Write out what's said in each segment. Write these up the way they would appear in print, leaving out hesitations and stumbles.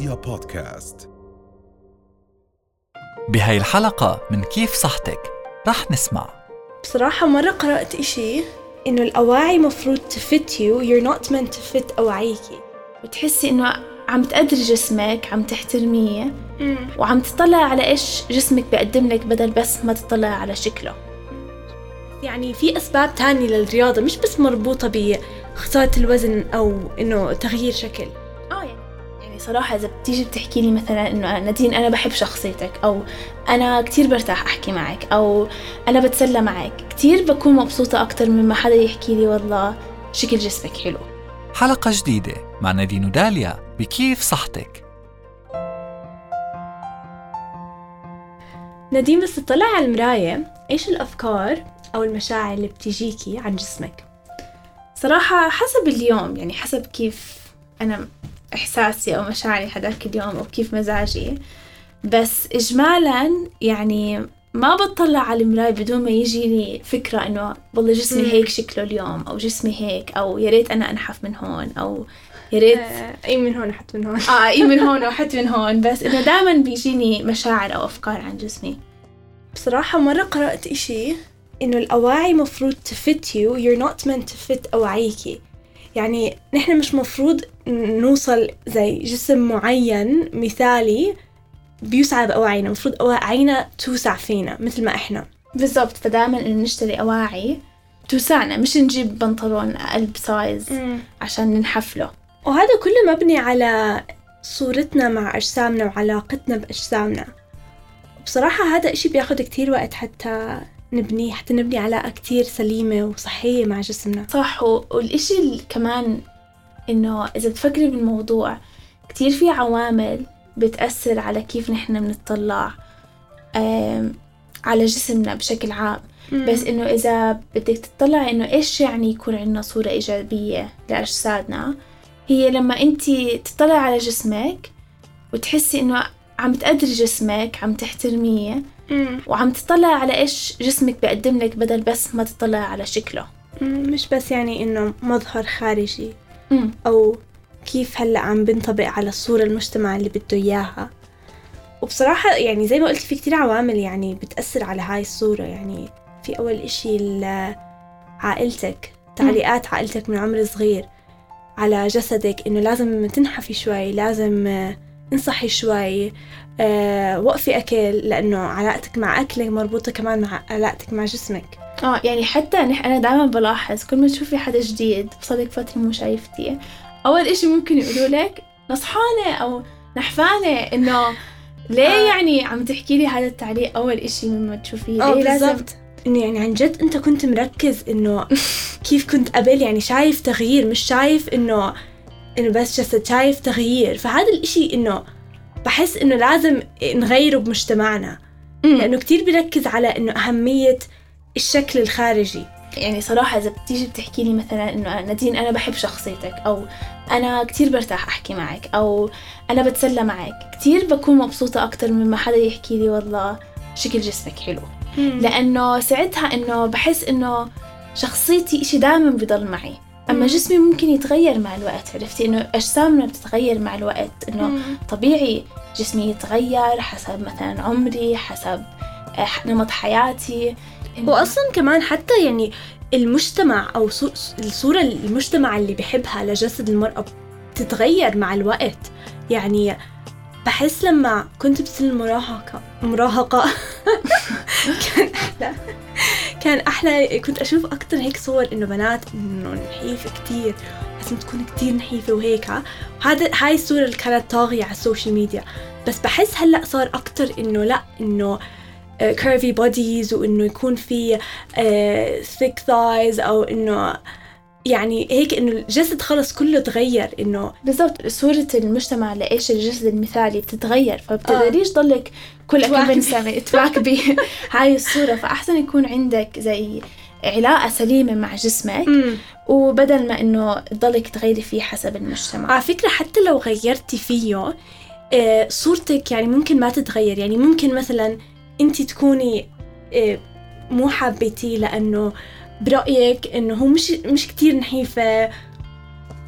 رؤيا بودكاست. بهاي الحلقة من كيف صحتك رح نسمع. بصراحة مرة قرأت إشي إنه الأواعي مفروض تفت you, you're not meant to fit أواعيكي، وتحسي إنه عم تقدري جسمك، عم تحترميه وعم تطلع على إيش جسمك بيقدم لك بدل بس ما تطلع على شكله. يعني في أسباب تانية للرياضة مش بس مربوطة بخسارة الوزن أو إنه تغيير شكل. يعني صراحة إذا بتيجي بتحكي لي مثلا إنه نادين أنا بحب شخصيتك، أو أنا كتير برتاح أحكي معك، أو أنا بتسلى معك، كتير بكون مبسوطة أكتر مما حدا يحكي لي والله شكل جسمك حلو. حلقة جديدة مع نادين وداليا بكيف صحتك. نادين، بس تطلع على المراية إيش الأفكار أو المشاعر اللي بتجيكي عن جسمك؟ صراحة حسب اليوم، يعني حسب كيف أنا إحساسي أو مشاعري هذاك اليوم أو كيف مزاجي، بس إجمالاً يعني ما بطلع على المراية بدون ما يجيني فكرة إنه والله جسمي هيك شكله اليوم، أو جسمي هيك، أو يا ريت أنا أنحف من هون، أو يا ريت أي من هون أحط من هون أي من هون وحط من هون. بس إنه دائماً بيجيني مشاعر أو أفكار عن جسمي. بصراحة مرة قرأت إشي إنه الأواعي مفروض تفت you, you're not meant to fit أواعيكي. يعني نحن مش مفروض نوصل زي جسم معين مثالي بيوسع بأواعينا، مفروض أواعينا توسع فينا مثل ما إحنا بالضبط. فدائما إنه نشتري أواعي توسعنا، مش نجيب بنطلون أقل بسايز عشان ننحفله. وهذا كله مبني على صورتنا مع أجسامنا وعلاقتنا بأجسامنا. بصراحة هذا إشي بياخد كتير وقت حتى نبني علاقة كتير سليمة وصحية مع جسمنا. صح. والإشي كمان إنه إذا تفكري بالموضوع كتير في عوامل بتأثر على كيف نحن بنطلع على جسمنا بشكل عام. بس إنه إذا بدك تطلع إنه إيش يعني يكون عندنا صورة إيجابية لأجسادنا، هي لما أنتي تطلع على جسمك وتحسي إنه عم تقدري جسمك، عم تحترميه وعم تطلع على إيش جسمك بيقدم لك بدل بس ما تطلع على شكله. مش بس يعني إنه مظهر خارجي أو كيف هلأ عم بنطبق على الصورة المجتمع اللي بده إياها. وبصراحة يعني زي ما قلت في كتير عوامل يعني بتأثر على هاي الصورة. يعني في أول إشي عائلتك، تعليقات عائلتك من عمر صغير على جسدك، إنه لازم تنحفي شوي، لازم انصحي شوي، وقفي أكل، لأنه علاقتك مع أكلك مربوطة كمان مع علاقتك مع جسمك. يعني حتى أنا دائما بلاحظ كل ما تشوفي حدا جديد بصدق فترة مو شايفتيه، أول إشي ممكن يقولوا لك نصحانة أو نحفانة. إنه ليه يعني عم تحكي لي هذا التعليق أول إشي مما تشوفيه؟ ليه لازم إنه يعني عن جد أنت كنت مركز إنه كيف كنت قبل، يعني شايف تغيير، مش شايف إنه بس جسد، شايف تغيير. فهذا الإشي إنه بحس إنه لازم نغيره بمجتمعنا، لأنه كتير بيركز على إنه أهمية الشكل الخارجي. يعني صراحة إذا بتيجي بتحكي لي مثلا إنه نادين أنا بحب شخصيتك، أو أنا كتير برتاح أحكي معك، أو أنا بتسلى معك، كتير بكون مبسوطة أكتر مما حدا يحكي لي والله شكل جسمك حلو. لأنه ساعتها إنه بحس إنه شخصيتي إشي دائما بيضل معي. أما جسمي ممكن يتغير مع الوقت، عرفتي إنه أجسامنا بتتغير مع الوقت، إنه طبيعي جسمي يتغير حسب مثلا عمري، حسب نمط حياتي. وأصلا كمان حتى يعني المجتمع أو الصورة المجتمع اللي بحبها لجسد المرأة بتتغير مع الوقت. يعني بحس لما كنت بسن المراهقة كان أحلى كنت أشوف أكتر هيك صور إنه بنات إنه نحيفة كتير، لازم تكون كتير نحيفة وهيك. هاي الصورة اللي كانت طاغية على السوشيال ميديا. بس بحس هلأ صار أكتر إنه لأ، إنه curvy bodies، وإنه يكون في thick thighs، أو إنه يعني هيك إنه الجسد خلص كله تغير. إنه بالضبط صورة المجتمع لإيش الجسد المثالي بتتغير، فبتقدريش ضلك كل كم سنة تواكبي هاي الصورة. فأحسن يكون عندك زي علاقة سليمة مع جسمك، وبدل ما إنه تضلك تغيري فيه حسب المجتمع. على فكرة حتى لو غيرتي فيه صورتك يعني ممكن ما تتغير. يعني ممكن مثلا أنت تكوني مو حابتي لأنه برأيك إنه هو مش كتير نحيفة،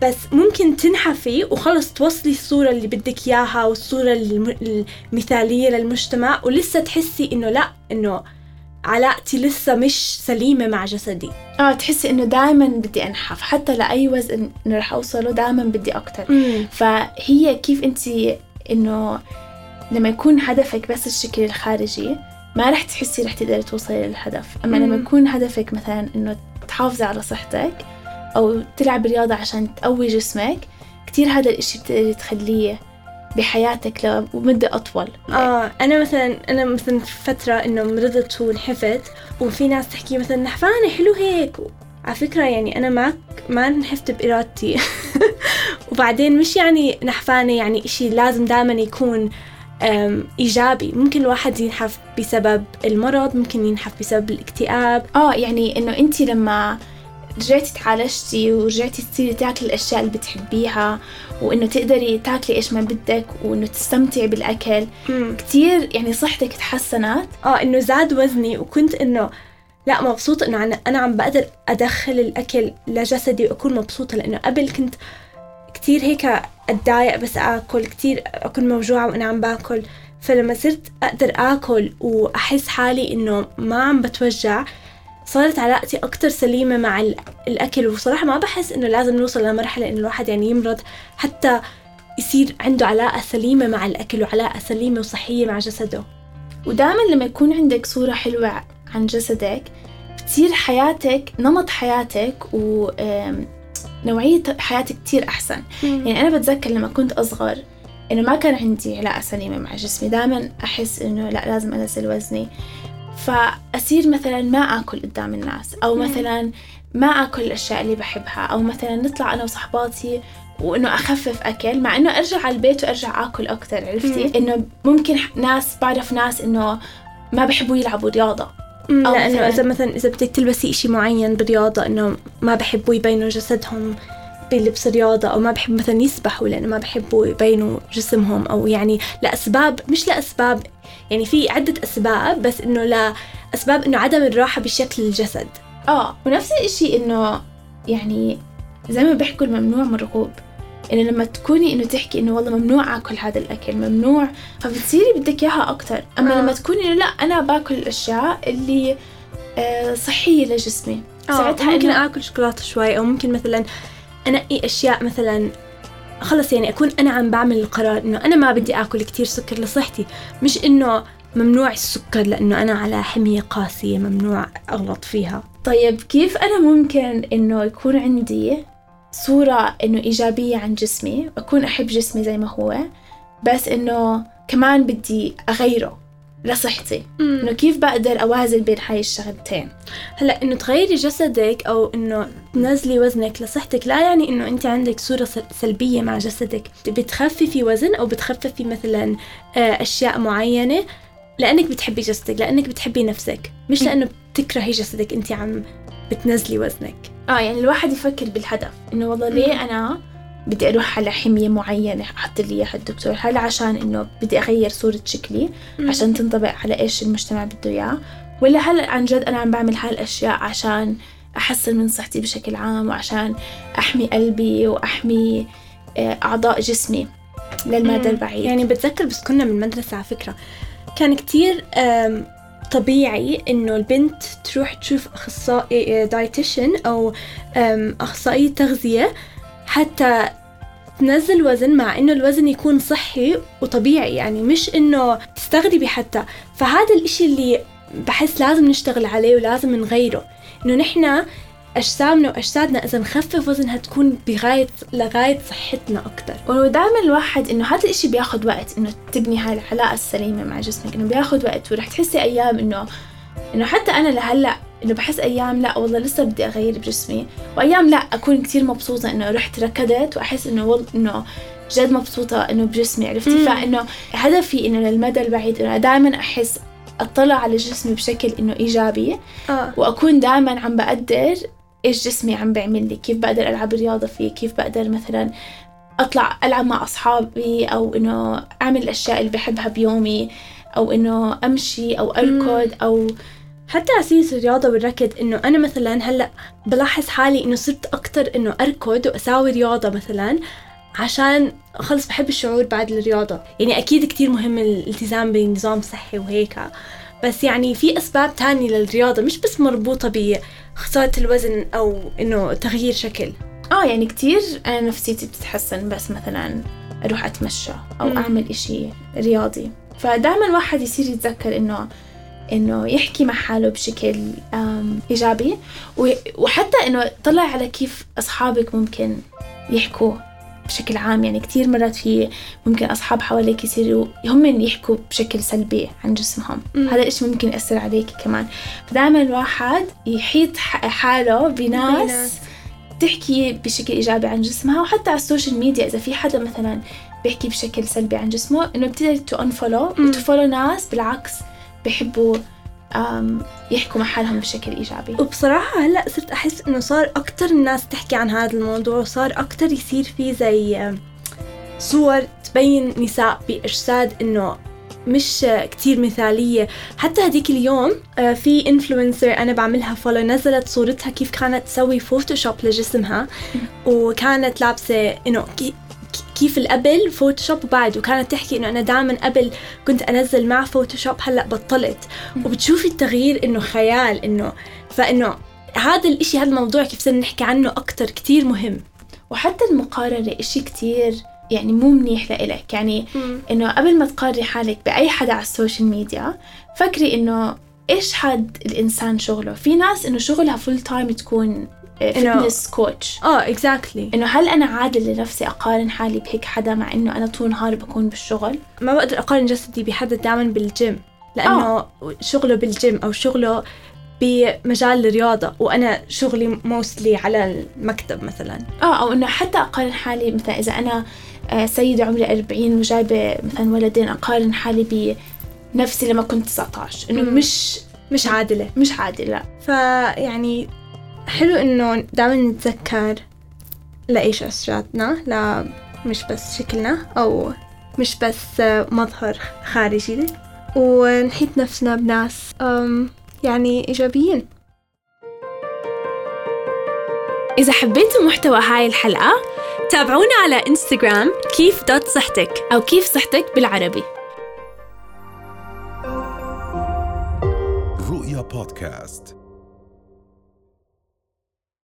بس ممكن تنحفي وخلص توصلي الصورة اللي بدك إياها والصورة المثالية للمجتمع، ولسه تحسي إنه لا، إنه علاقتي لسه مش سليمة مع جسدي. تحسي إنه دائما بدي أنحف، حتى لأي وزن إنه رح أوصله دائما بدي أكتر. فهي كيف أنتي إنه لما يكون هدفك بس الشكل الخارجي ما رح تحسي رح تقدري توصلي للهدف. أما لما يكون هدفك مثلا إنه تحافظي على صحتك أو تلعب رياضة عشان تقوي جسمك، كتير هذا الإشي بتقدري تخليه بحياتك لمدة أطول. أنا مثلا فترة إنه مرضت ونحفت، وفي ناس تحكي مثلا نحفانة حلو هيك. على فكرة يعني أنا ما نحفت بإرادتي وبعدين مش يعني نحفانة يعني إشي لازم دائما يكون إيجابي. ممكن الواحد ينحف بسبب المرض، ممكن ينحف بسبب الاكتئاب. يعني إنه أنتي لما رجعتي تعالجتي ورجعتي تصيري تاكلي الأشياء اللي بتحبيها، وإنه تقدري تاكلي إيش ما بدك، وإنه تستمتعي بالأكل، كتير يعني صحتك تحسنت. إنه زاد وزني، وكنت إنه لا مبسوطة إنه أنا عم بقدر أدخل الأكل لجسدي وأكون مبسوطة. لأنه قبل كنت كتير هيك أتضايق بس أكل، كتير أكون موجوعة وأنا عم باكل. فلما صرت أقدر أكل وأحس حالي إنه ما عم بتوجع، صارت علاقتي أكتر سليمة مع الأكل. وصراحة ما بحس إنه لازم نوصل لمرحلة إنه الواحد يعني يمرض حتى يصير عنده علاقة سليمة مع الأكل وعلاقة سليمة وصحية مع جسده. ودائما لما يكون عندك صورة حلوة عن جسدك، بتصير حياتك، نمط حياتك ونوعية حياتك كتير أحسن. يعني أنا بتذكر لما كنت أصغر إنه ما كان عندي علاقة سليمة مع جسمي، دائما أحس إنه لا لازم أنزل وزني، فأصير مثلا ما أكل قدام الناس، أو مثلا ما أكل الأشياء اللي بحبها، أو مثلا نطلع أنا وصحباتي وإنه أخفف أكل، مع إنه أرجع على البيت وأرجع أكل أكتر. عرفتي إنه ممكن بعرف ناس إنه ما بحبوا يلعبوا رياضة، لأنه إذا بدك تلبسي إشي معين بالرياضة إنه ما بحبوا يبينوا جسدهم بلبس رياضة، أو ما بحب مثلا يسبحوا لأنه ما بحبوا يبينوا جسمهم، أو يعني مش لأسباب يعني في عدة أسباب، بس إنه لأسباب إنه عدم الراحة بشكل الجسد. ونفس الشيء إنه يعني زي ما بيحكوا الممنوع مرغوب، إنه لما تكوني إنه تحكي إنه والله ممنوع أكل هذا الأكل، ممنوع، فبتصيري بدك إياها أكتر. أما لما تكوني إنه لا أنا باكل الأشياء اللي صحية لجسمي، ساعتها ممكن أكل شوكولاتة شوي، أو ممكن مثلا أنقي أشياء مثلا خلص يعني أكون أنا عم بعمل القرار إنه أنا ما بدي أكل كتير سكر لصحتي، مش إنه ممنوع السكر لأنه أنا على حمية قاسية ممنوع أغلط فيها. طيب كيف أنا ممكن إنه يكون عندي صورة إنه إيجابية عن جسمي، أكون أحب جسمي زي ما هو، بس إنه كمان بدي أغيره لصحتي؟ إنه كيف بقدر أوازن بين هاي الشغلتين؟ هلأ إنه تغيري جسدك أو إنه تنزلي وزنك لصحتك لا يعني إنه أنت عندك صورة سلبية مع جسدك. بتخففي وزن أو بتخففي مثلا أشياء معينة لأنك بتحبي جسدك، لأنك بتحبي نفسك، مش لأنه بتكرهي جسدك أنت عم بتنزلي وزنك. يعني الواحد يفكر بالهدف، إنه والله ليه أنا بدي أروح على حمية معينة حط لي إياها الدكتور؟ هل عشان إنه بدي أغير صورة شكلي عشان تنطبق على إيش المجتمع بده إياه، ولا هل عن جد أنا عم بعمل هالأشياء عشان أحسن من صحتي بشكل عام، وعشان أحمي قلبي وأحمي أعضاء جسمي للمدى البعيد؟ يعني بتذكر بس كنا من المدرسة على فكرة كان كتير طبيعي إنه البنت تروح تشوف أخصائي دايتيشن أو أخصائي تغذية حتى تنزل وزن، مع إنه الوزن يكون صحي وطبيعي، يعني مش إنه تستغربي حتى. فهذا الإشي اللي بحس لازم نشتغل عليه ولازم نغيره، إنه نحنا أجسامنا وأجسادنا إذا نخفف وزنها تكون لغاية صحتنا أكتر. ودائما الواحد إنه هذا الإشي بياخد وقت، إنه تبني هاي العلاقة السليمة مع جسمك، إنه بياخد وقت، ورح تحسي أيام إنه حتى أنا لهلأ إنه بحس أيام لا والله لسه بدي أغير بجسمي، وأيام لا أكون كتير مبسوطة إنه رحت ركضت وأحس إنه جد مبسوطة إنه بجسمي. عرفتي؟ فإنه هدفي إنه للمدى البعيد إنه دائما أحس أطلع على جسمي بشكل إنه إيجابي، وأكون دائما عم بقدر إيش جسمي عم بيعمل لي، كيف بقدر ألعب رياضة فيه، كيف بقدر مثلا أطلع ألعب مع أصحابي، أو إنه أعمل الأشياء اللي بحبها بيومي، أو إنه أمشي أو أركض، أو حتى على سيرة الرياضة والركض، إنه أنا مثلا هلأ بلاحظ حالي إنه صرت أكتر إنه أركض وأساوي رياضة مثلا، عشان خلص بحب الشعور بعد الرياضة. يعني أكيد كتير مهم الالتزام بنظام صحي وهيك، بس يعني في أسباب تانية للرياضة مش بس مربوطة بخسارة الوزن أو إنه تغيير شكل. يعني كتير أنا نفسيتي بتتحسن بس مثلا أروح أتمشى أو أعمل إشي رياضي. فدائما الواحد يصير يتذكر إنه يحكي مع حاله بشكل إيجابي، وحتى إنه طلع على كيف أصحابك ممكن يحكوا بشكل عام. يعني كتير مرات في ممكن أصحاب حواليك يصيروا هم يحكوا بشكل سلبي عن جسمهم، هذا الإشي ممكن يأثر عليك كمان. فدائما الواحد يحيط حاله بناس تحكي بشكل إيجابي عن جسمها. وحتى على السوشيال ميديا إذا في حدا مثلا بيحكي بشكل سلبي عن جسمه، إنه بتقدر تunfollow وتفولو ناس بالعكس بيحبوا يحكوا مع حالهم بشكل إيجابي. وبصراحة هلأ صرت أحس إنه صار أكتر الناس تحكي عن هذا الموضوع، وصار أكتر يصير فيه زي صور تبين نساء بأجساد إنه مش كتير مثالية. حتى هديك اليوم في إنفلونسر أنا بعملها فولو نزلت صورتها كيف كانت تسوي فوتوشوب لجسمها، وكانت لابسة إنه كيف القبل فوتوشوب وبعد، وكانت تحكي إنه أنا دائما قبل كنت أنزل مع فوتوشوب هلأ بطلت. وبتشوفي التغيير إنه خيال، إنه فإنه هذا الإشي هذا الموضوع كيف صرنا نحكي عنه أكتر كتير مهم. وحتى المقارنة إشي كتير يعني مو منيح لإلك. يعني إنه قبل ما تقارني حالك بأي حدا على السوشيال ميديا فكري إنه إيش حد الإنسان شغله. في ناس إنه شغلها فول تايم تكون فيتنس كوتش. exactly. إنه هل أنا عادل لنفسي أقارن حالي بهيك حدا مع إنه أنا طول نهار بكون بالشغل؟ ما بقدر أقارن جسدي بحدا دائما بالجيم، لأنه شغله بالجيم أو شغله بمجال الرياضة، وأنا شغلي موستلي على المكتب مثلا. أو إنه حتى أقارن حالي مثلا إذا أنا سيدة عمري 40 وجايبة مثلا ولدين، أقارن حالي بنفسي لما كنت 19، إنه مش عادلة. لا. فيعني حلو إنه دائما نتذكر لإيش أسراتنا، لا مش بس شكلنا أو مش بس مظهر خارجي، ونحيط نفسنا بناس يعني إيجابيين. إذا حبيتوا محتوى هاي الحلقة تابعونا على إنستغرام كيف.صحتك أو كيف صحتك بالعربي. رؤيا بودكاست.